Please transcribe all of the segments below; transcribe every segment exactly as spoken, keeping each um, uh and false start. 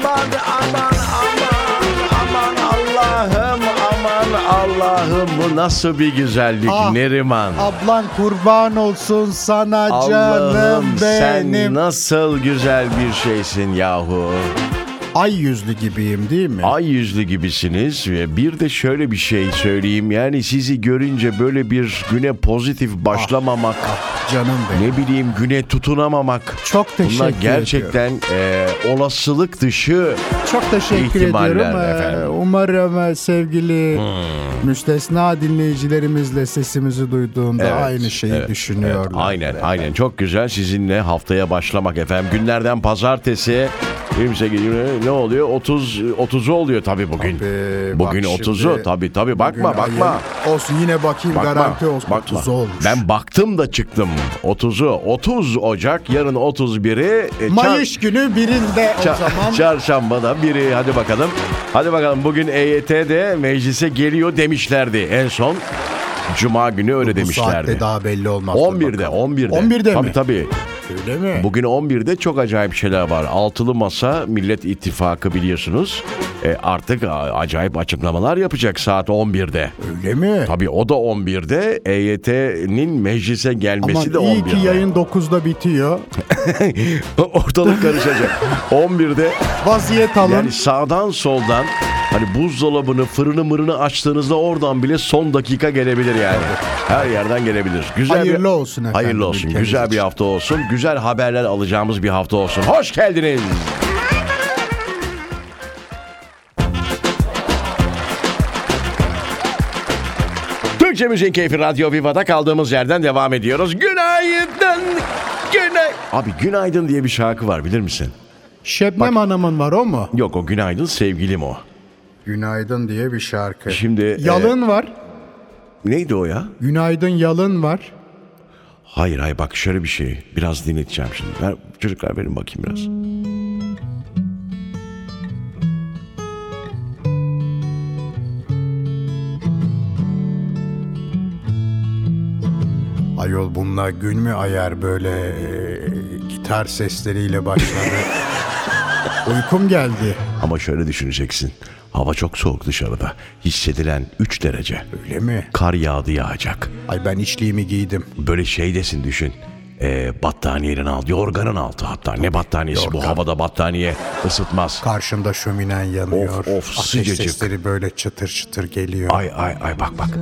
aman aman aman aman Allah'ım aman Allah'ım, bu nasıl bir güzellik Ah, Neriman. Ablan kurban olsun sana Allah'ım, canım sen benim. nasıl güzel bir şeysin yahu. Ay yüzlü gibiyim değil mi? Ay yüzlü gibisiniz ve bir de şöyle bir şey söyleyeyim, yani sizi görünce böyle bir güne pozitif başlamamak, Ah, canım benim. ne bileyim güne tutunamamak, Çok teşekkür bunlar ediyorum. gerçekten e, olasılık dışı Çok teşekkür ihtimaller ediyorum. Ee, efendim. Umarım e, sevgili Hmm. müstesna dinleyicilerimizle sesimizi duyduğunda Evet, aynı şeyi evet, düşünüyorlar. evet, aynen aynen, çok güzel sizinle haftaya başlamak efendim. Günlerden pazartesi yirmi sekiz ne oluyor? otuz otuzu oluyor tabii bugün. Tabii, Bugün bak otuzu şimdi, tabii tabii, bakma bugün bakma. ayın- Olsun, yine bakayım, Bakma, garanti olsun. bakma. otuz olmuş. Ben baktım da çıktım. otuzu otuz Ocak, yarın otuz biri. E, Mayış günü birinde o çar- zaman. Çarşambada biri, hadi bakalım. Hadi bakalım, bugün E Y T'de meclise geliyor demişlerdi en son. Cuma günü öyle Bu demişlerdi. saatte daha belli olmaz. on birde on birde. on birde tabii, mi? Tabii. Öyle mi? Bugün on birde çok acayip şeyler var. Altılı Masa, Millet İttifakı biliyorsunuz. E, artık a- acayip açıklamalar yapacak saat on birde. Öyle mi? Tabii o da on birde. E Y T'nin meclise gelmesi Aman de iyi on birde. ki yayın dokuzda bitiyor. Ortalık karışacak. on birde Vaziyet alın. yani sağdan soldan, hani buzdolabını, fırını mırını açtığınızda oradan bile son dakika gelebilir yani. Her yerden gelebilir. Güzel Hayırlı bir, olsun efendim, Hayırlı olsun. ülkemiz Güzel bir için. hafta olsun. Güzel haberler alacağımız bir hafta olsun. Hoş geldiniz. Türkçe Müziğin Keyfi Radyo Viva'da kaldığımız yerden devam ediyoruz. Günaydın. Günay. Abi Günaydın diye bir şarkı var, bilir misin? Şebnem Hanım'ın var, o mu? Yok, o Günaydın sevgilim o. Günaydın diye bir şarkı. Şimdi Yalın var. e, neydi o ya? Günaydın Yalın var. Hayır hayır, bak şöyle bir şey. Biraz dinleteceğim şimdi. Ver, çocuklar verin bakayım biraz. Ayol, bunlar gün mü ayar böyle e, gitar sesleriyle başladı. Uykum geldi. Ama şöyle düşüneceksin. Hava çok soğuk dışarıda. Hissedilen üç derece. Öyle mi? Kar yağdı yağacak. Ay, ben içliğimi giydim. Böyle şey desin, düşün. Ee, battaniyenin altı, yorganın altı hatta. Ne battaniyesi bu, Yorgan. havada battaniye ısıtmaz. Karşımda şöminen yanıyor. Of, of, Ateş sıcacık. sesleri böyle çıtır çıtır geliyor. Ay ay ay, bak bak.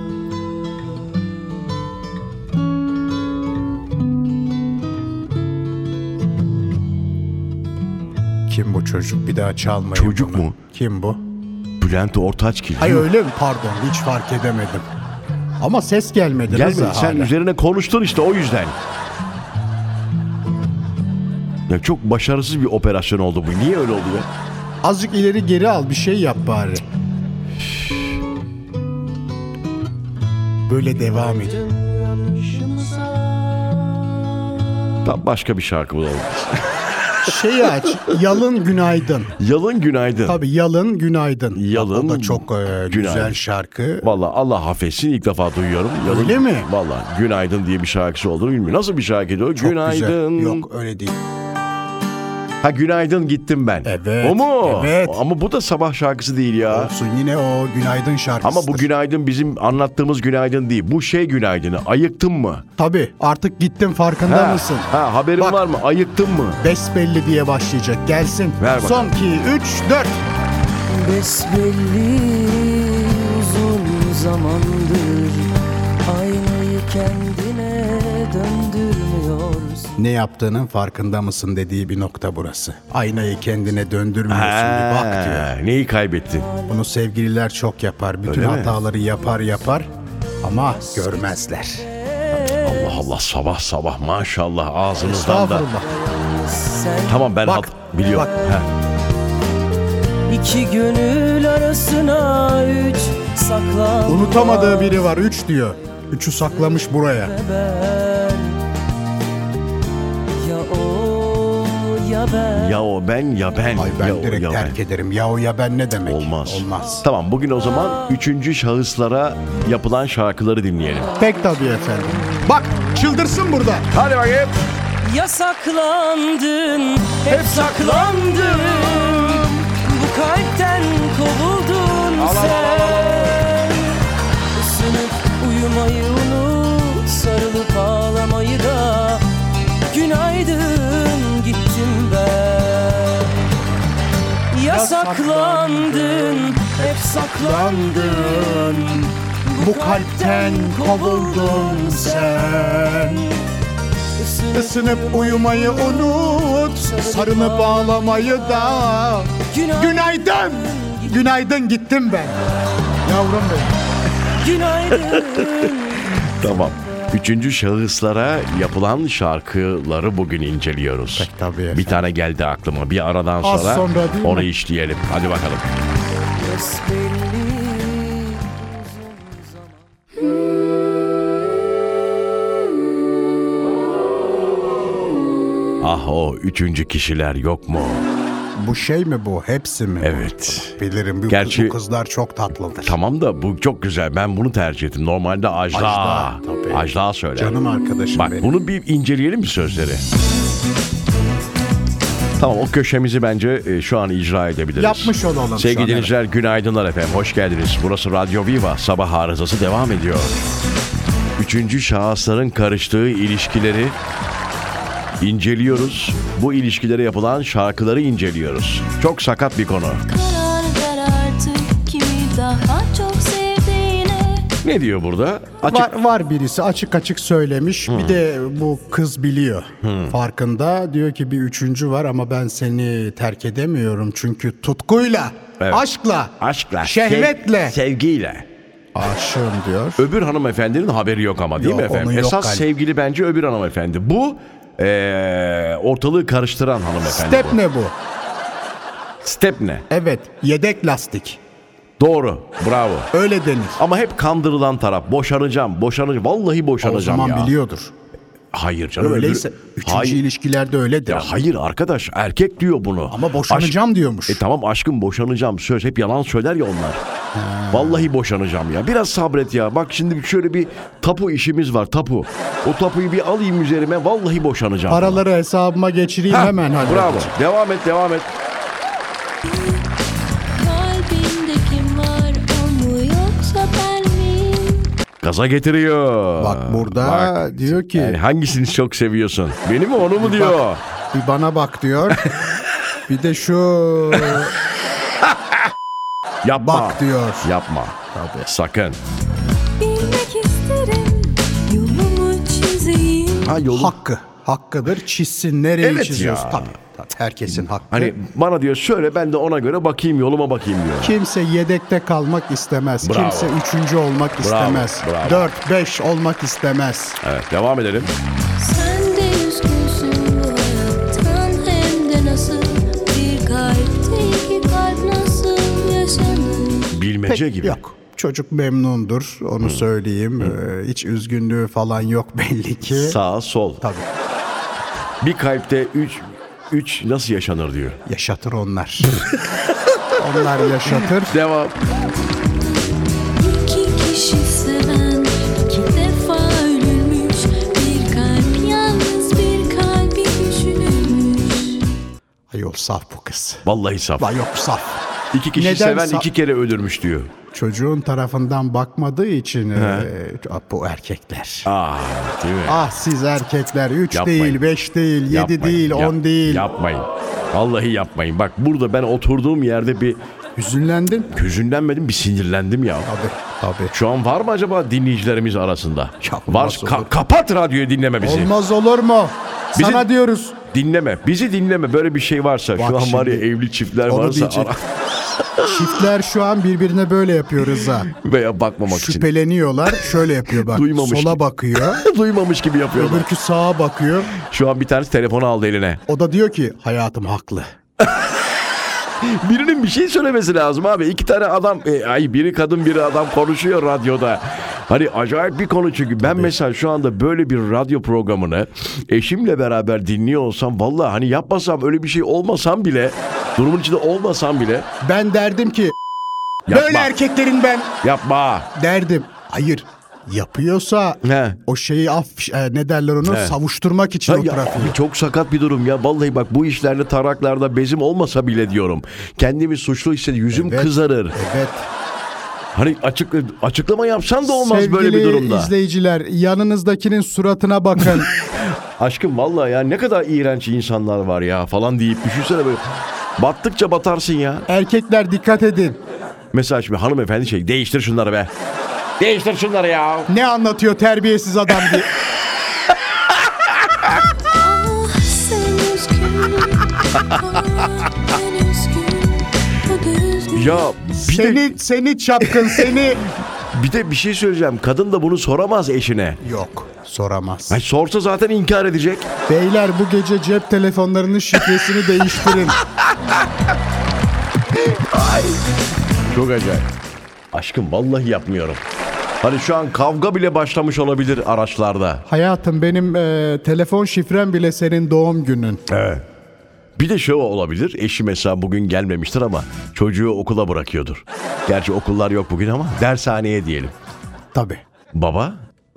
Kim bu çocuk? Bir daha çalmayın Çocuk bunu. mu? Kim bu? Bülent Ortaçgil. Ay öyle mi? Pardon, hiç fark edemedim. Ama ses gelmedi. Gelmedi, Rıza sen hala. üzerine konuştun işte, o yüzden. Ya çok başarısız bir operasyon oldu bu. Niye öyle oldu ya? Azıcık ileri geri al, bir şey yap bari. Böyle devam et. Tam başka bir şarkı bulalım. Şeyi aç. Yalın Günaydın. Yalın Günaydın. Tabii, Yalın Günaydın. Yalın O da çok e, Günaydın. güzel şarkı. Vallahi Allah affetsin, ilk defa duyuyorum. Yalın, Öyle mi? Vallahi Günaydın diye bir şarkısı olduğunu bilmiyorum. Nasıl bir şarkıydı o? Çok Günaydın. güzel. Yok, öyle değil. Ha, Günaydın gittim ben. Evet, O mu? evet. Ama bu da sabah şarkısı değil ya. Olsun, yine o Günaydın şarkısıdır. Ama bu Günaydın bizim anlattığımız Günaydın değil. Bu şey Günaydın'ı. Ayıktın mı? Tabii, artık gittim, farkında Ha, mısın? ha, haberin Bak. var mı? Ayıktın mı? Besbelli diye başlayacak. Gelsin. Ver bakalım. Son iki, üç, dört. Besbelli uzun zamandır aynayı kendine döndürmüyorsun. Ne yaptığının farkında mısın dediği bir nokta burası. Aynayı kendine döndürmüyorsun, bir bak diyor. Ha, neyi kaybettin? Bunu sevgililer çok yapar. Bütün Öyle mi? hataları yapar yapar ama görmezler. Allah Allah, sabah sabah maşallah ağzınızdan da. Estağfurullah. Sen Tamam, ben Bak, hat- biliyorum. bak. Ha. iki gönül arasına üç saklan. Unutamadığı biri var. Üç diyor. Üçü saklamış buraya. Ben ya o ya ben. Ya o ben ya ben. Ay, ben ya o, direkt ya terk ben. ederim. Ya o ya ben ne demek? Olmaz. Olmaz. Tamam, bugün o zaman üçüncü şahıslara yapılan şarkıları dinleyelim. Pek tabii efendim. Bak, çıldırsın burada. Hadi bakayım. Yasaklandın, hep saklandın. kalpten kovuldun Al, al, al, sen. Isınıp uyumayı unut, sarılıp ağlamayı da. Günaydın gittim ben. Yasaklandın, hep saklandın. Bu kalpten kovuldun sen. Isınıp uyumayı unut, sarınıp ağlamayı da. Günaydın. Günaydın gittim ben. Yavrum benim. Günaydın. Tamam. Üçüncü şahıslara yapılan şarkıları bugün inceliyoruz. Peki, tabii efendim. Bir tane geldi aklıma. Bir aradan Az sonra, sonra değil mi? onu işleyelim. Hadi bakalım. Besbelli Ah o üçüncü kişiler yok mu? Bu şey mi bu? Hepsi mi? Evet. Bilirim. Bu, Gerçi- bu kızlar çok tatlıdır. Tamam da bu çok güzel. Ben bunu tercih ettim. Normalde Ajda. Ajda, tabii. Ajda söyler. Canım arkadaşım Bak benim. bunu bir inceleyelim mi sözleri? Tamam, o köşemizi bence e, şu an icra edebiliriz. Yapmış olalım şu Sevgili an, dinleyiciler, günaydınlar efendim. Hoş geldiniz. Burası Radyo Viva. Sabah arızası devam ediyor. Üçüncü şahısların karıştığı ilişkileri inceliyoruz. Bu ilişkilere yapılan şarkıları inceliyoruz. Çok sakat bir konu. Karar ver artık kimi daha çok sevdiğine. Ne diyor burada? Açık. Var, var birisi açık açık söylemiş. Bir de bu kız biliyor. Farkında. Diyor ki bir üçüncü var ama ben seni terk edemiyorum. Çünkü tutkuyla, Evet. aşkla, Aşkla, şehvetle sev- sevgiyle. aşığım diyor. Öbür hanımefendinin haberi yok ama, değil Yok, mi efendim? onun yok Esas galiba. sevgili bence öbür hanımefendi. Bu eee, ortalığı karıştıran hanımefendi. Step bu. ne bu? Step ne? Evet, yedek lastik. Doğru. Bravo. Öyle denir. Ama hep kandırılan taraf. Boşanacağım, boşanacağım. Vallahi O boşanacağım zaman ya. biliyordur. Hayır canım. Öyleyse öbür- üçüncü Hayır. ilişkilerde öyledir. Ya hayır arkadaş, erkek diyor bunu. Ama boşanacağım diyormuş. E tamam aşkım, boşanacağım. Söz, hep yalan söyler ya onlar. Vallahi boşanacağım ya. Biraz sabret ya. Bak şimdi şöyle bir tapu işimiz var, tapu. O tapuyu bir alayım üzerime, vallahi boşanacağım. Paraları hesabıma geçireyim Ha, hemen. Hadi. Bravo. Devam et, devam et. Kalbinde kim var, o mu yoksa ben miyim? Gaza getiriyor. Bak burada Bak. diyor ki Yani hangisini çok seviyorsun? Beni mi, onu mu diyor? bir bana bak diyor. Bir de şu Yapma. bak diyor. Yapma. Tabii. Sakın. Bilmek isterim, yolumu çizeyim. Ha yolu. Hakkı. Hakkıdır. Çizsin. Nereyi Evet çiziyorsun? ya. Tabii, tabii. Herkesin hakkı. Hani bana diyor söyle, ben de ona göre bakayım, yoluma bakayım diyor. Kimse yedekte kalmak istemez. Bravo. Kimse üçüncü olmak istemez. bravo. Dört, beş olmak istemez. Evet, devam edelim. Sen de üzgünsün bu hayattan, hem de nasıl. Bir kalpte iki kalp nasıl yaşanır? Bilmece Pek gibi. yok. Çocuk memnundur. Onu söyleyeyim. Ee, hiç üzgünlüğü falan yok belli ki. Sağ, sol. Tabii. Bir kalpte üç, üç nasıl yaşanır diyor. Yaşatır onlar. Onlar yaşatır. Devam. İki kişi seven, iki defa ölürmüş. Bir kalp yalnız, bir kalbi düşünürmüş. Ayol saf bu kız. Vallahi saf. Vay yok saf. İki kişi Neden seven sa- iki kere ölürmüş diyor. Çocuğun tarafından bakmadığı için e, bu erkekler. Ah, değil mi? Ah siz erkekler üç Yapmayın. değil, beş değil, yedi Yapmayın, değil, yap- on değil. Yapmayın. Vallahi yapmayın. Bak burada ben oturduğum yerde bir Hüzünlendin. hüzünlenmedim, bir sinirlendim ya. Tabii, tabii. Şu an var mı acaba dinleyicilerimiz arasında? Yapmaz Var. olur. Ka- kapat radyoyu, dinleme bizi. Olmaz olur mu? Bizi- Sana diyoruz. Dinleme. Bizi dinleme. Böyle bir şey varsa. Bak şu an var ya, şimdi, evli çiftler onu varsa. diyecek. ara- Çiftler şu an birbirine böyle yapıyor Rıza. Veya bakmamak için. Şüpheleniyorlar. Şöyle yapıyor bak. Duymamış Sola gibi. bakıyor. Duymamış gibi yapıyorlar. Öbürkü sağa bakıyor. Şu an bir tanesi telefonu aldı eline. O da diyor ki hayatım haklı. Birinin bir şey söylemesi lazım abi. İki tane adam, e, ay biri kadın biri adam konuşuyor radyoda. Hani acayip bir konu çünkü. Ben mesela şu anda böyle bir radyo programını eşimle beraber dinliyor olsam, vallahi hani yapmasam, öyle bir şey olmasam bile, durumun içinde olmasam bile Ben derdim ki yapma, böyle erkeklerin ben yapma. derdim. Hayır. Yapıyorsa He. o şeyi af e, ne derler onu He. savuşturmak için Ha o ya, trafiği. abi çok sakat bir durum ya. Vallahi bak bu işlerde taraklarda bezim olmasa bile diyorum. Kendimi suçlu hissediyorum. Yüzüm Evet. kızarır. Evet. Hani açık, açıklama yapsan da olmaz Sevgili böyle bir durumda. izleyiciler, yanınızdakinin suratına bakın. Aşkım vallahi ya ne kadar iğrenç insanlar var ya falan deyip düşünsene böyle. Battıkça batarsın ya. Erkekler dikkat edin. Mesela şimdi hanımefendi şey değiştir şunları be. Değiştir şunları ya. Ne anlatıyor terbiyesiz adam diye. Ah sen üzgün, ah ben üzgün, o da üzgün. Ya bir de, Seni seni çapkın seni. bir de bir şey söyleyeceğim. Kadın da bunu soramaz eşine. Yok, soramaz. Ay sorsa zaten inkar edecek. Beyler bu gece cep telefonlarının şifresini değiştirin. Çok acayip. Aşkım vallahi yapmıyorum. Hani şu an kavga bile başlamış olabilir araçlarda. Hayatım benim e, telefon şifrem bile senin doğum günün. Evet. Bir de şey olabilir. Eşi mesela bugün gelmemiştir ama çocuğu okula bırakıyordur. Gerçi okullar yok bugün ama dershaneye diyelim. Tabii. Baba?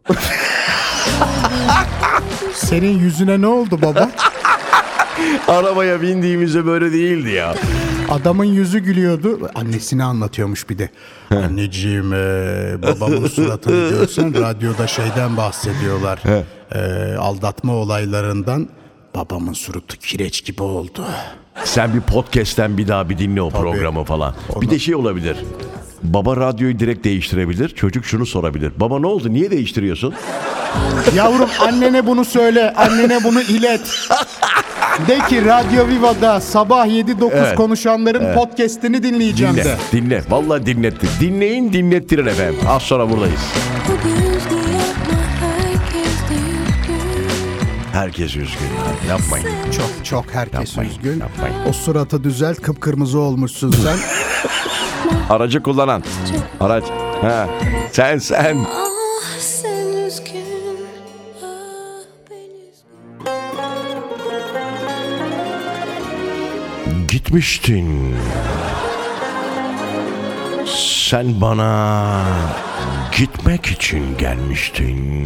Senin yüzüne ne oldu baba? Arabaya bindiğimizde böyle değildi ya. Adamın yüzü gülüyordu. Annesini anlatıyormuş bir de. Anneciğim e, babamın suratını görsen radyoda şeyden bahsediyorlar. E, aldatma olaylarından. Babamın suratı kireç gibi oldu. Sen bir podcast'ten bir daha bir dinle o programı falan. Bir de şey olabilir. Baba radyoyu direkt değiştirebilir. Çocuk şunu sorabilir. Baba ne oldu? Niye değiştiriyorsun? Yavrum annene bunu söyle. Annene bunu ilet. De ki Radyo Viva'da sabah yedi dokuz Evet. konuşanların podcast'ini dinleyeceğim Dinle, de. dinle. Vallahi dinletti. Dinleyin, dinlettirin efendim. Az sonra buradayız. O da üzgün yapma, herkes de üzgün. Herkes üzgün. Yapmayın. Çok çok herkes Yapmayın, üzgün. yapmayın. O suratı düzelt, kıpkırmızı olmuşsun sen. Aracı kullanan. Araç. Ha. Sen sen. Ah sen üzgün, ah ben üzgün. Gitmiştin. Sen bana gitmek için gelmiştin.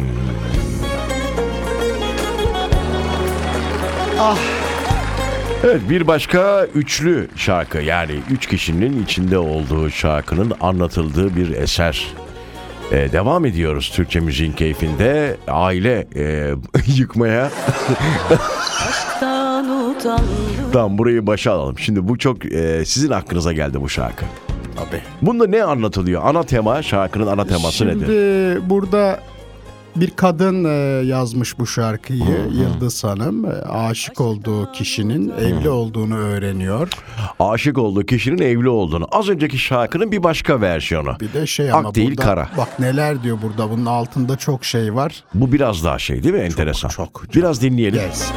Ah. Evet, bir başka üçlü şarkı, yani üç kişinin içinde olduğu şarkının anlatıldığı bir eser. Ee, devam ediyoruz Türkçe müziğin keyfinde aile e, yıkmaya. Aşktan utandım. Tamam, burayı başa alalım. Şimdi bu çok e, sizin aklınıza geldi bu şarkı. Tabii. Bunda ne anlatılıyor? Ana tema, şarkının ana teması Şimdi nedir? burada bir kadın e, yazmış bu şarkıyı. Yıldız Hanım e, aşık olduğu kişinin evli olduğunu öğreniyor. Aşık olduğu kişinin evli olduğunu. Az önceki şarkının bir başka versiyonu. Bir de şey ama Ak değil, burada, kara. bak neler diyor burada, bunun altında çok şey var. Bu biraz daha şey değil mi? Enteresan. çok, çok. Biraz dinleyelim. Gelsin.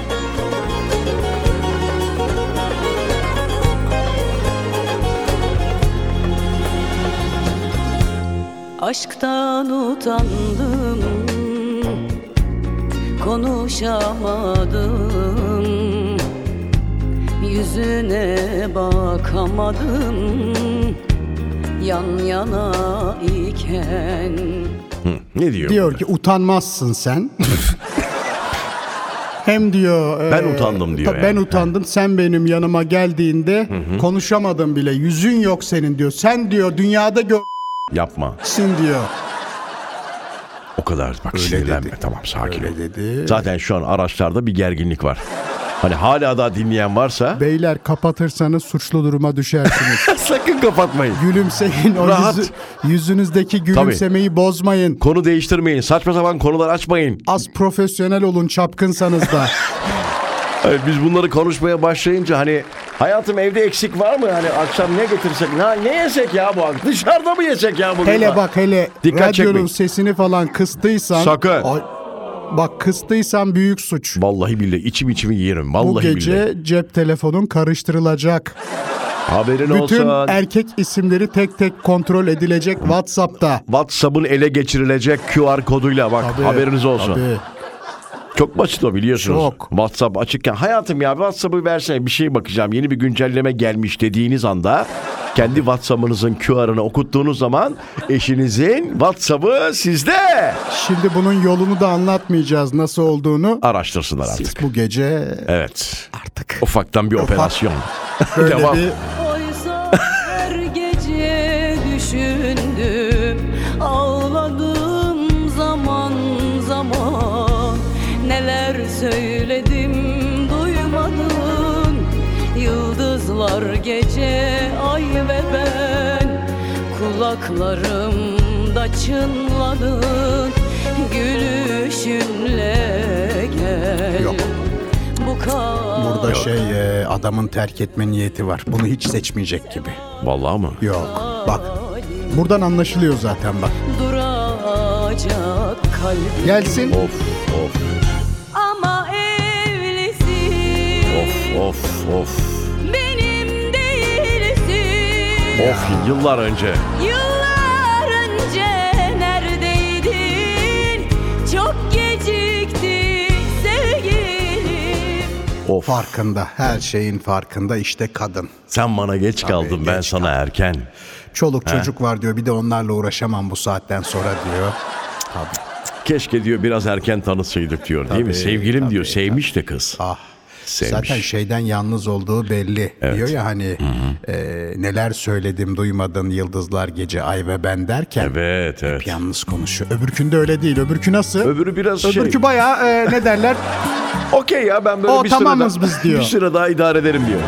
Aşktan utandım, konuşamadım, yüzüne bakamadım, yan yana iken. Hı, ne diyor? Diyor burada? ki utanmazsın sen. Hem diyor e, Ben utandım diyor tabii ben yani. utandım. Sen benim yanıma geldiğinde konuşamadım bile. Yüzün yok senin diyor. Sen diyor dünyada Yapma. görsün diyor. O kadar bak, Öyle sinirlenme. dedi. Tamam, sakin ol. Öyle dedi. Zaten şu an araçlarda bir gerginlik var. Hani hala daha dinleyen varsa Beyler kapatırsanız suçlu duruma düşersiniz. sakın kapatmayın. Gülümseyin. O Rahat. yüzü- yüzünüzdeki gülümsemeyi bozmayın. Konu değiştirmeyin. Saçma sapan konular açmayın. Az profesyonel olun çapkınsanız da. Evet, biz bunları konuşmaya başlayınca hani hayatım evde eksik var mı? Hani akşam ne getirsek? Ha, ne yesek ya bu akşam? Dışarıda mı yesek ya bugün? Hele bak hele Dikkat radyonun çekmeyin. sesini falan kıstıysan. Sakın. Ay, bak kıstıysan büyük suç. Vallahi billahi içim içimi yerim. Vallahi Bu gece billahi. cep telefonun karıştırılacak. Haberin Bütün olsun. erkek isimleri tek tek kontrol edilecek WhatsApp'ta. WhatsApp'ın ele geçirilecek Q R koduyla bak, Tabii, haberiniz olsun. tabii. Çok basit o, biliyorsunuz. Çok. WhatsApp açıkken hayatım ya WhatsApp'ı versene, bir şey bakacağım, yeni bir güncelleme gelmiş dediğiniz anda kendi WhatsApp'ınızın Q R'ını okuttuğunuz zaman eşinizin WhatsApp'ı sizde. Şimdi bunun yolunu da anlatmayacağız nasıl olduğunu. Araştırsınlar artık. Siz bu gece Evet. artık Ufaktan bir Ufak. operasyon. böyle Devam. bir Oysa her gece düşündüm, ağladım zaman zaman. Neler söyledim duymadın, yıldızlar gece ay ve ben. Kulaklarımda çınladın, gülüşünle gel. Yok. Bu kadar. burada şey e, adamın terk etme niyeti var. Bunu hiç seçmeyecek gibi. Vallahi mı? Yok. Bak. Buradan anlaşılıyor zaten bak. Duracak kalbim. Gelsin. Of of Ama evlisin. of of of. Benim değilsin. Of, yıllar önce. Yıllar önce neredeydin? Çok gecikti sevgilim. Of. Farkında. Her şeyin farkında işte kadın. Sen bana geç kaldın, ben geç sana erken. Çoluk çocuk var diyor. Bir de onlarla uğraşamam bu saatten sonra diyor. Tabii. Keşke diyor biraz erken tanışsaydık diyor, değil mi? Tabii, Sevgilim tabii, diyor, sevmiş de kız. Ah. Sevmiş. Zaten şeyden yalnız olduğu belli. Evet. Diyor ya hani e, neler söyledim duymadın yıldızlar gece ay ve ben derken Evet evet. hep yalnız konuşuyor. Öbürkünde öyle değil. Öbürkü nasıl? Öbürü biraz şey. Öbürkü bayağı e, ne derler? Okey ya, ben böyle O bir süre tamamız daha, biz diyor. bir süre daha idare ederim diyor.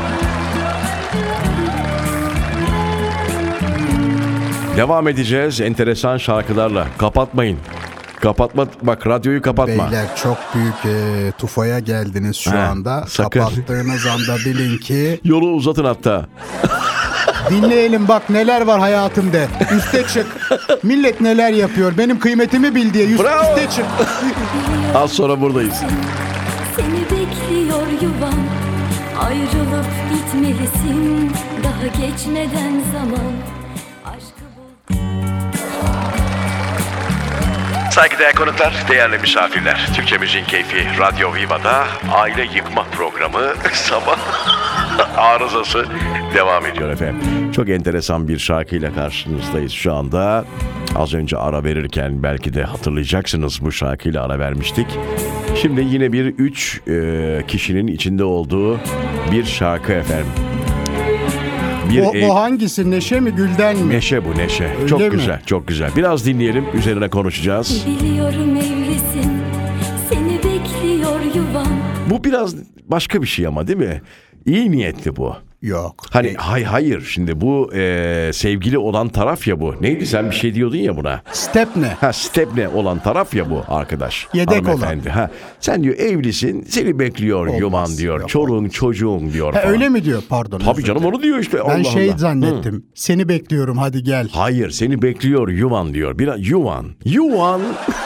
Devam edeceğiz enteresan şarkılarla. Kapatmayın. Kapatma, bak radyoyu kapatma. Beyler çok büyük e, tufaya geldiniz şu He, anda. sakın. Kapattığınız anda bilin ki Yolu uzatın hatta. dinleyelim bak neler var hayatımda. Üste çık. Millet neler yapıyor. Benim kıymetimi bil diye üst, Bravo. üste çık. Az sonra buradayız. Seni bekliyor yuvan, ayrılıp gitmelisin, daha geçmeden zaman. Aşkı bul. Saygıdeğer konuklar, değerli misafirler. Türkçe Müziğin Keyfi Radyo Viva'da aile yıkma programı sabah arızası devam ediyor efendim. Çok enteresan bir şarkıyla karşınızdayız şu anda. Az önce ara verirken belki de hatırlayacaksınız, bu şarkıyla ara vermiştik. Şimdi yine bir üç e, kişinin içinde olduğu bir şarkı efendim. Bir O, ev- o hangisi? Neşe mi Gülden mi? Neşe bu, neşe. Öyle çok mi? güzel, çok güzel. Biraz dinleyelim, üzerine konuşacağız. Biliyorum evlisin, seni bekliyor yuvan. Bu biraz başka bir şey ama, değil mi? İyi niyetli bu. Yok. Hani hay hayır, şimdi bu e, sevgili olan taraf ya bu. Neydi, sen bir şey diyordun ya buna. Step ne? Ha, stepne olan taraf ya bu arkadaş. Yedek hanımefendi. Ha, sen diyor evlisin, seni bekliyor Olmaz, yuvan diyor. yok, Çoluğun çocuğun diyor Ha, falan. öyle mi diyor? Pardon. Tabii özür canım, dilerim. onu diyor işte. Ben Allah şey Allah. zannettim. Seni bekliyorum hadi gel. Hayır, seni bekliyor yuvan diyor. Biraz yuvan. Yuvan.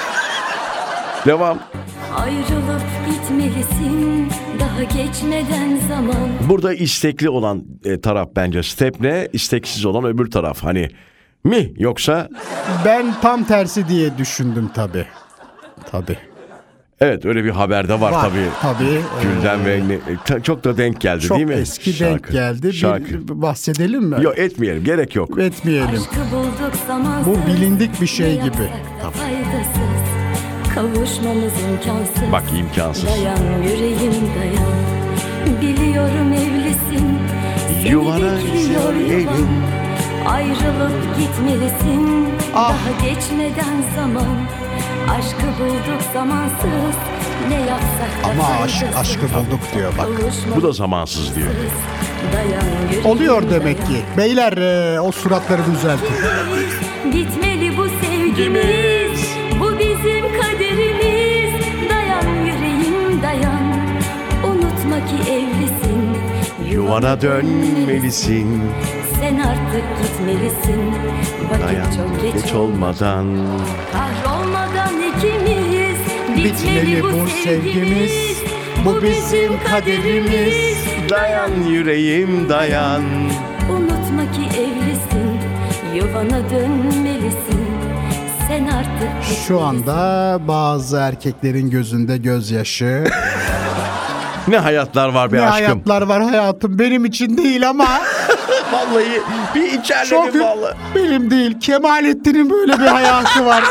Devam. Ayrılıp gitmelisin, daha geçmeden zaman. Burada istekli olan e, taraf bence stepne, isteksiz olan öbür taraf. Hani mi yoksa Ben tam tersi diye düşündüm tabii. Tabii. evet, öyle bir haberde var, Var, tabii. tabii. Gülden ve ne- ta- çok da denk geldi Çok değil mi? eski Şarkı. denk geldi. Bir Şarkı. bahsedelim mi? Yok, etmeyelim, gerek yok. Etmeyelim. Aşkı bulduk zamansız. Bu bilindik bir şey Ne gibi. yapsak da faydasız. Kavuşmamız imkansız. Bak, imkansız. Dayan yüreğim dayan. Biliyorum evlisin. Seni Yuvana bekliyor güzel yuvan. evin. Ayrılıp gitmelisin. Ah. Daha geçmeden zaman. Aşkı bulduk zamansız. Ne yapsak da Ama aşk, faydasız. aşkı bulduk diyor bak. Bu da zamansız diyor. Dayan yüreğim Oluyor demek dayan. ki. Beyler e, o suratları düzeltin. Bitmeli bu sevgimiz, bu bizim kaderimiz. Dayan yüreğim dayan, unutma ki evlisin. Yuvana dönmelisin. Sen artık gitmelisin. Vakit Dayan çok geç, geç olmadan. kahrolmadan ikimiz. Bitmeli bu sevgimiz, bu bizim kaderimiz. Dayan yüreğim dayan. Unutma ki evlisin, yuvana dönmelisin. severken artık. Şu anda bazı erkeklerin gözünde gözyaşı. Ne hayatlar var be Ne aşkım. hayatlar var hayatım, benim için değil ama. Vallahi bir Çok içerledim vallahi. benim değil. Kemalettin'in böyle bir hayatı var.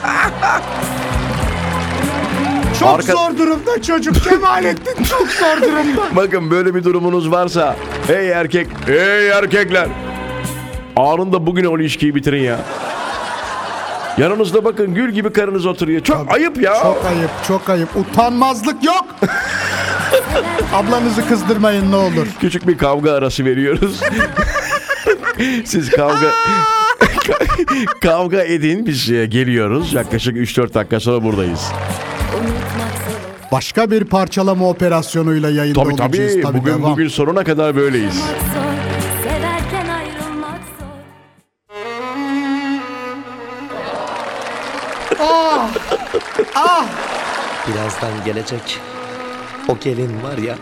Çok Arka- zor durumda çocuk. Kemalettin çok zor durumda. Bakın böyle bir durumunuz varsa hey erkek, hey erkekler. Anında bugün o ilişkiyi bitirin ya. Yanınızda bakın gül gibi karınız oturuyor. Çok ayıp ya. Çok ayıp, çok ayıp. Utanmazlık yok. Ablanızı kızdırmayın ne olur. Küçük bir kavga arası veriyoruz. Siz kavga kavga edin, biz geliyoruz. Yaklaşık üç dört dakika sonra buradayız. Başka bir parçalama operasyonuyla yayında Tabii olacağız. tabii. Tabii, Bugün devam. bugün sonuna kadar böyleyiz. Zor, severken ayrılmak zor. Birazdan gelecek o gelin var ya,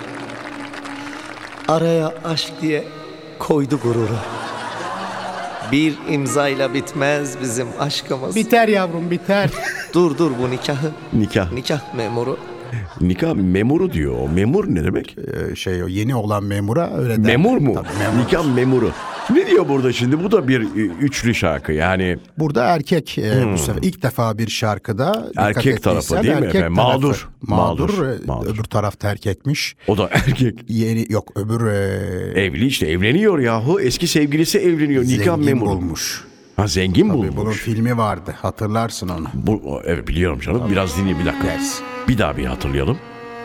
araya aşk diye koydu gururu. Bir imzayla bitmez bizim aşkımız. Biter yavrum, biter. Dur dur bu nikahı. Nikah. Nikah memuru. Nikah memuru diyor. O memur ne demek? Ee, şey o yeni olan memura öyle der. Memur mu? Tabii, memur. Nikah memuru. Ne diyor burada şimdi? Bu da bir e, üçlü şarkı yani. Burada erkek e, bu sefer ilk defa bir şarkıda dikkat Erkek tarafı ettiysen değil mi erkek efendim? tarafı. Mağdur. Mağdur, Mağdur. e, Mağdur. öbür tarafta erkekmiş. O da erkek. Yeni yok öbür e, Evli işte, evleniyor yahu. Eski sevgilisi evleniyor. Nikah zengin memuru. bulmuş. Ha, zengin Tabii bulmuş. bunun filmi vardı, hatırlarsın onu. Bu, o- evet biliyorum canım. Biraz dinleyin bir dakika. Ders. Bir daha bir hatırlayalım.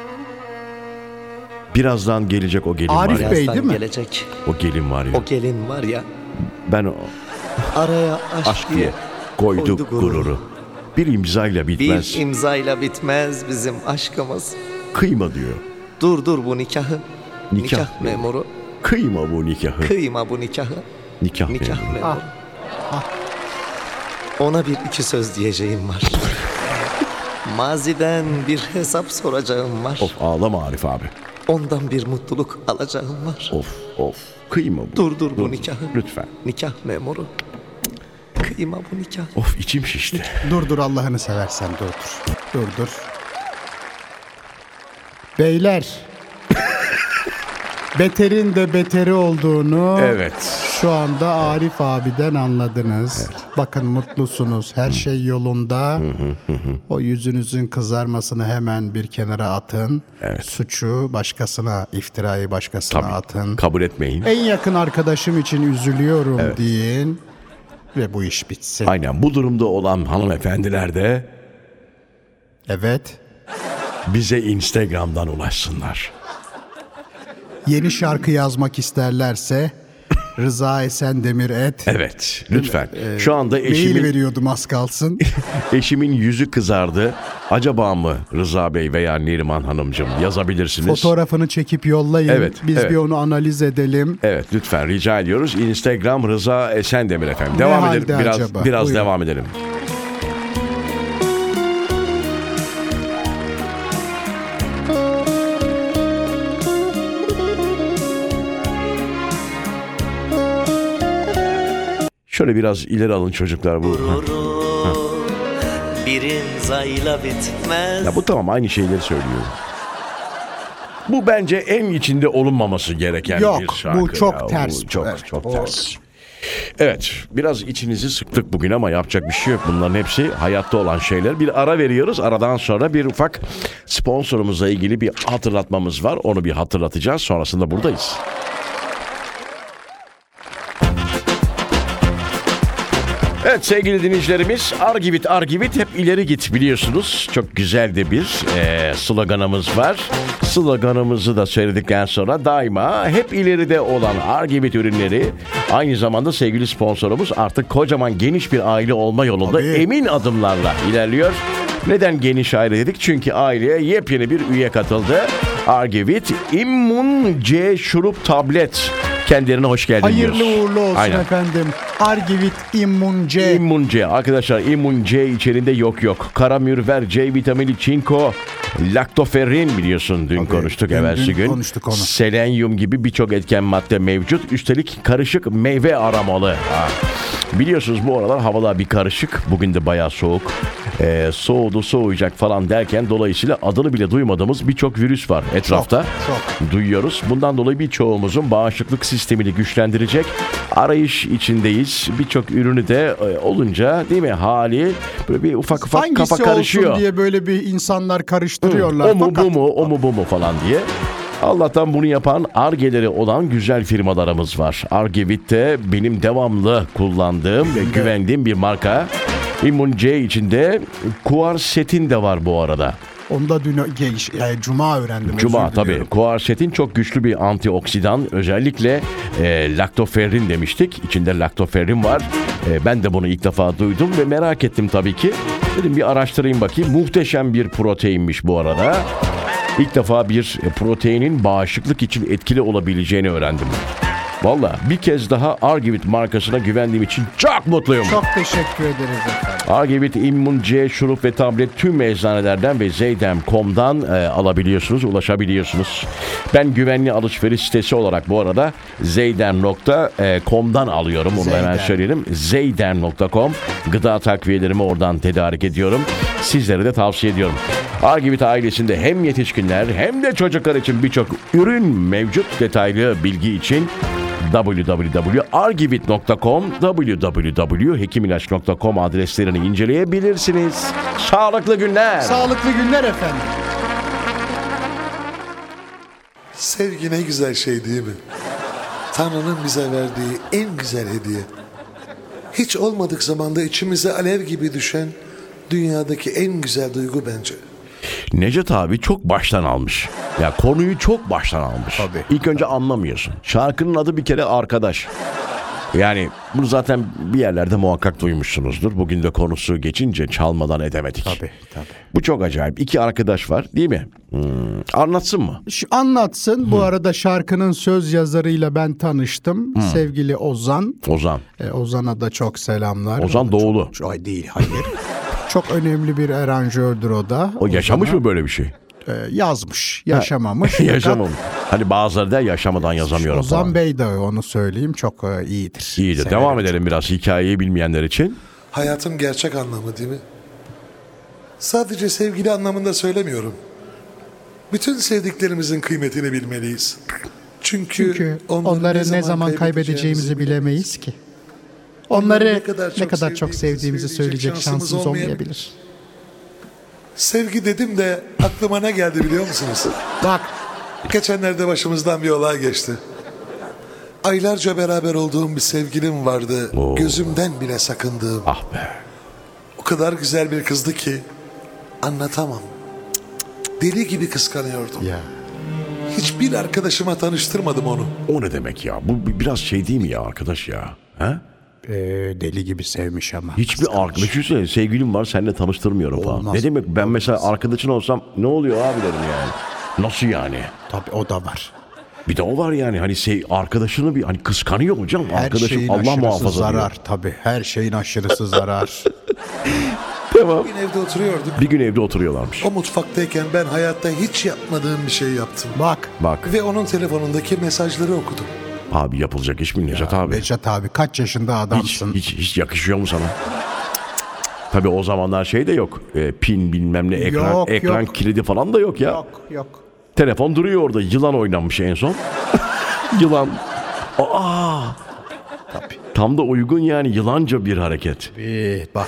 Birazdan gelecek o gelin Arif var ya. Bey Birazdan değil mi? gelecek O gelin var ya. o gelin var ya, Ben o araya aşk, aşk diye koyduk koydu gururu. gururu. Bir imzayla bitmez. Bir imzayla bitmez bizim aşkımız. Kıyma diyor. Dur dur bu nikahı. Nikah Nikah, memuru. Kıyma bu nikahı. Kıyma bu nikahı. Nikah, Nikah memuru. memuru. Ona bir iki söz diyeceğim var. Maziden bir hesap soracağım var. Of ağlama Arif abi. Ondan bir mutluluk alacağım var. Of of. Kıyma bu. Dur dur bu nikahı. Lütfen. Nikah memuru. Kıyma bu nikah. Of içim şişti. Dur dur Allah'ını seversen dur dur. Dur dur. Beyler. Beterin de beteri olduğunu Evet. şu anda Arif abiden anladınız. Bakın mutlusunuz. Her şey yolunda. O yüzünüzün kızarmasını hemen bir kenara atın. Evet. Suçu başkasına, iftirayı başkasına Tabii. atın. Kabul etmeyin. En yakın arkadaşım için üzülüyorum deyin. Ve bu iş bitsin. Aynen bu durumda olan hanımefendiler de Evet. bize Instagram'dan ulaşsınlar. Yeni şarkı yazmak isterlerse Rıza Esendemir et. Evet lütfen. Şu anda Mail eşimin, veriyordum az kalsın. eşimin yüzü kızardı. Acaba mı Rıza Bey veya Neriman Hanımcığım yazabilirsiniz? Fotoğrafını çekip yollayın. Evet, Biz evet. bir onu analiz edelim. Evet lütfen rica ediyoruz. Instagram Rıza Esendemir efendim. Ne Devam halde edelim. Biraz acaba? biraz Buyurun. devam edelim. Şöyle biraz ileri alın çocuklar bu. Ha. Bir imzayla bitmez. Ya bu tamam aynı şeyleri söylüyor. Bu bence en içinde olunmaması gereken Yok, bir şarkı. bu çok ya. ters. Bu çok Evet, çok o- ters. Evet, biraz içinizi sıktık bugün ama yapacak bir şey yok. Bunların hepsi hayatta olan şeyler. Bir ara veriyoruz. Aradan sonra bir ufak sponsorumuzla ilgili bir hatırlatmamız var. Onu bir hatırlatacağız. Sonrasında buradayız. Evet sevgili dinleyicilerimiz, Argivit Argivit hep ileri git biliyorsunuz. Çok güzel de bir e, sloganımız var. Sloganımızı da söyledikten sonra daima hep ileride olan Argivit ürünleri aynı zamanda sevgili sponsorumuz artık kocaman geniş bir aile olma yolunda Tabii. emin adımlarla ilerliyor. Neden geniş aile dedik? Çünkü aileye yepyeni bir üye katıldı. Argivit İmmun C şurup tablet. Kendilerine hoş geldin Hayırlı diyoruz. uğurlu olsun Aynen. efendim. Argivit İmmun C. İmmun C. Arkadaşlar İmmun C içerinde yok yok. Karamürver, C vitamini, çinko, laktoferin biliyorsun dün Tabii, konuştuk dün- evvelsi dün gün. konuştuk onu. Selenyum gibi birçok etken madde mevcut. Üstelik karışık meyve aromalı. Ha. Biliyorsunuz bu aralar havalar bir karışık. Bugün de bayağı soğuk. Ee, soğudu soğuyacak falan derken dolayısıyla adını bile duymadığımız birçok virüs var etrafta. çok. Duyuyoruz. Bundan dolayı birçoğumuzun bağışıklık sistemini güçlendirecek arayış içindeyiz. Birçok ürünü de e, olunca değil mi hali böyle bir ufak ufak Hangisi kafa karışıyor. olsun diye böyle bir insanlar karıştırıyorlar. O mu Fakat bu mu o mu bu mu falan diye. Allah'tan bunu yapan Ar-Ge'leri olan güzel firmalarımız var. Ar-Gevit de benim devamlı kullandığım ve güvendiğim bir marka. İmmun C içinde Kuarsetin de var bu arada. onu da dün geliş, yani Cuma öğrendim. Cuma özür tabii. diliyorum. Kuarsetin çok güçlü bir antioksidan. Özellikle e, laktoferrin demiştik. İçinde laktoferrin var. E, ben de bunu ilk defa duydum ve merak ettim tabii ki. Dedim bir araştırayım bakayım. Muhteşem bir proteinmiş bu arada. İlk defa bir proteinin bağışıklık için etkili olabileceğini öğrendim. Valla bir kez daha Ar-Gevit markasına güvendiğim için çok mutluyum. Çok teşekkür ederiz efendim. Ar-Gevit İmmun C şurup ve tablet tüm eczanelerden ve zeydem nokta com'dan e, alabiliyorsunuz, ulaşabiliyorsunuz. Ben güvenli alışveriş sitesi olarak bu arada zeydem nokta com'dan alıyorum. Onu hemen Zeydem. söyleyelim. zeydem nokta com gıda takviyelerimi oradan tedarik ediyorum. Sizlere de tavsiye ediyorum. Ar-Gevit ailesinde hem yetişkinler hem de çocuklar için birçok ürün mevcut. Detaylı bilgi için double-u double-u double-u nokta argivit nokta com, double-u double-u double-u nokta hekimilaç nokta com adreslerini inceleyebilirsiniz. Sağlıklı günler. Sağlıklı günler efendim. Sevgi ne güzel şey değil mi? Tanrı'nın bize verdiği en güzel hediye. Hiç olmadık zamanda içimize alev gibi düşen dünyadaki en güzel duygu bence. Necdet abi çok baştan almış. Ya konuyu çok baştan almış. Tabii. İlk önce anlamıyorsun. Şarkının adı bir kere Arkadaş. Yani bunu zaten bir yerlerde muhakkak duymuşsunuzdur. Bugün de konusu geçince çalmadan edemedik. Tabii tabii. Bu çok acayip. İki arkadaş var değil mi? Hmm, anlatsın mı? Şu anlatsın. Bu arada şarkının söz yazarıyla ben tanıştım. Sevgili Ozan. Ozan. Ee, Ozan'a da çok selamlar. Ozan O da Doğulu. Çok, çok- değil hayır. Çok önemli bir aranjördür o da. O yaşamış Ozan'a, mı böyle bir şey? e, yazmış. Yaşamamış. fakat Yaşamamış. Hani bazıları da yaşamadan yazamıyorum Ozan falan. Bey de onu söyleyeyim çok e, iyidir. İyidir. Severim. Devam edelim biraz hikayeyi bilmeyenler için. Hayatın gerçek anlamı değil mi? Sadece sevgili anlamında söylemiyorum. Bütün sevdiklerimizin kıymetini bilmeliyiz. Çünkü, Çünkü onları ne zaman kaybedeceğimizi bilemeyiz ki. Onları ne kadar çok sevdiğimizi söyleyecek şansımız olmayabilir. Sevgi dedim de aklıma ne geldi biliyor musunuz? Bak Geçenlerde başımızdan bir olay geçti. Aylarca beraber olduğum bir sevgilim vardı. Oo. Gözümden bile sakındığım. Ah be. O kadar güzel bir kızdı ki anlatamam. Deli gibi kıskanıyordum. ya Hiçbir arkadaşıma tanıştırmadım onu. O ne demek ya? Bu biraz şey değil mi ya arkadaş ya? Ha? e, deli gibi sevmiş ama. Hiçbir Kıskanmış. arkadaşım sevgilim var seninle tanıştırmıyorum falan. Olmaz. Ne demek ben mesela arkadaşın olsam ne oluyor abi derim yani. Nasıl yani? Tabii o da var. Bir de o var yani hani şey arkadaşını bir hani kıskanıyor mu canım? Her Arkadaşım şeyin Allah aşırısı muhafaza zarar diyor. tabii. Her şeyin aşırısı zarar. Tamam. Bir gün evde oturuyorduk. Bir gün evde oturuyorlarmış. O mutfaktayken ben hayatta hiç yapmadığım bir şey yaptım. Bak Bak Ve onun telefonundaki mesajları okudum. abi yapılacak iş mi Necdet abi? Necat abi kaç yaşında Hiç, adamsın. hiç, hiç yakışıyor mu sana? Tabii o zamanlar şey de yok. E, pin bilmem ne ekran Yok, ekran yok. kilidi falan da yok ya. Yok yok. Telefon duruyor orada. Yılan oynanmış en son. Yılan. Aa! Tabii. Tam da uygun yani yılanca bir hareket. Bir bak.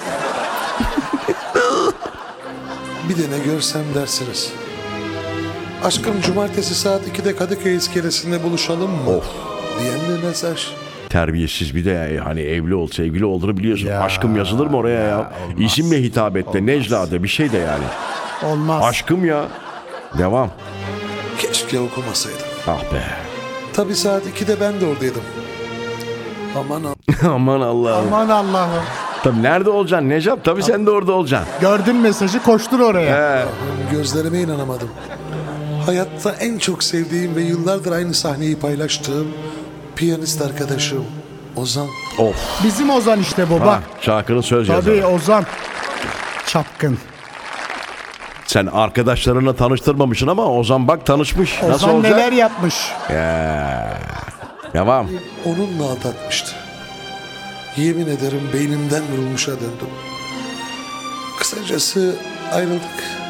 Bir de ne görsem dersiniz. Aşkım cumartesi saat ikide Kadıköy iskelesinde buluşalım mı? Of. Diyen bir mesaj. Terbiyesiz bir de ya, hani evli ol, sevgili olduğunu biliyorsun. Ya, Aşkım yazılır mı oraya ya? ya, olmaz. İsimle hitap et de, Necla de bir şey de yani. Olmaz. Aşkım ya. Devam. Keşke okumasaydım. Ah be. Tabii saat ikide ben de oradaydım. Aman Allah'ım. Aman Allah'ım. Aman Allah'ım. Tabii nerede olacaksın Necap? Tabii sen de orada olacaksın. Gördün mesajı koştur oraya. He. Gözlerime inanamadım. Hayatta en çok sevdiğim ve yıllardır aynı sahneyi paylaştığım piyanist arkadaşım Ozan. Of. Bizim Ozan işte bu Ha, bak. şarkının söz Tabii yazarı. Ozan. Çapkın. Sen arkadaşlarına tanıştırmamışsın ama Ozan bak tanışmış. Nasıl Ozan olacak? neler yapmış. Ya. Devam. Onunla aldatmıştı. Yemin ederim beynimden vurulmuşa döndüm. Kısacası ayrıldık.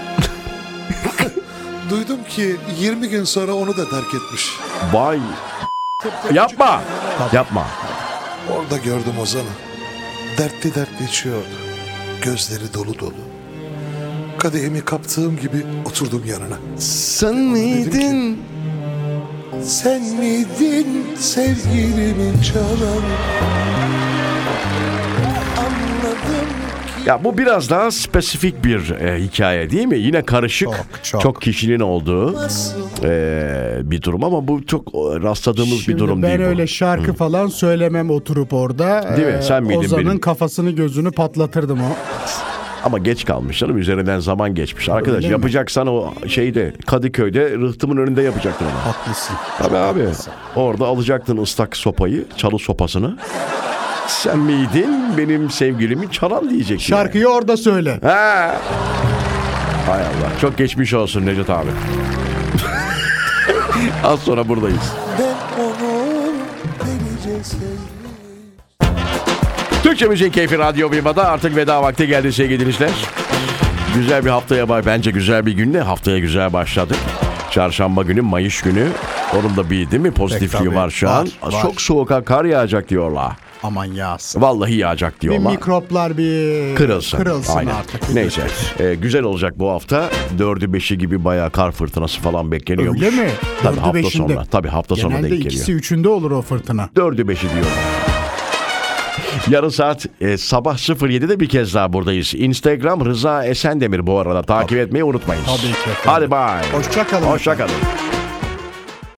Duydum ki yirmi gün sonra onu da terk etmiş. Vay. Yapma. Yapma. Orada gördüm Ozan'ı. Dertli dertli içiyordu. Gözleri dolu dolu. Kadehimi kaptığım gibi oturdum yanına. Sen miydin? Sen miydin sevgilimin çalan? Anladım ki... Ya bu biraz daha spesifik bir e, hikaye değil mi? Yine karışık, çok, Çok, çok. kişinin olduğu e, bir durum ama bu çok e, rastladığımız Şimdi bir durum ben değil bu. öyle şarkı falan söylemem oturup orada. Değil mi? Sen miydin Ozan'ın benim? kafasını gözünü patlatırdım o. Ama geç kalmış canım. Üzerinden zaman geçmiş. Arkadaş Öyle mi? yapacaksan o şeyde Kadıköy'de rıhtımın önünde yapacaktın onu. Haklısın. Tabii abi. Orada alacaktın ıslak sopayı, çalı sopasını. Sen miydin benim sevgilimi çalan diyecektin. Şarkıyı orada söyle. Yani. Ha. Hay Allah. Çok geçmiş olsun Necdet abi. Az sonra buradayız. Ben onu delice sevdim. Türkçe Müziğin Keyfi Radyo Viva'da artık veda vakti geldi sevgili dinleyiciler. Güzel bir haftaya bay. Bence güzel bir günle haftaya güzel başladık. Çarşamba günü, Mayış günü. Onun da bir değil mi pozitifliği tabii. var şu an. Var, var. Çok soğuk kar yağacak diyorlar. Aman yağsın. Vallahi yağacak Bir diyorlar. mikroplar bir Kırılsın. kırılsın Aynen. artık. Neyse. Ee, güzel olacak bu hafta. Dördü beşi gibi bayağı kar fırtınası falan bekleniyormuş. Öyle mi? Tabii Dördü hafta beşinde. sonuna. Tabii hafta sonu denk Genelde geliyor. ikisi üçünde olur o fırtına. Dördü beşi diyorlar. Yarın saat e, sabah sıfır yedide bir kez daha buradayız. Instagram Rıza Esendemir bu arada takip etmeyi unutmayın. Tabii ki efendim. Hadi bay. Hoşça kalın. Hoşça kalın.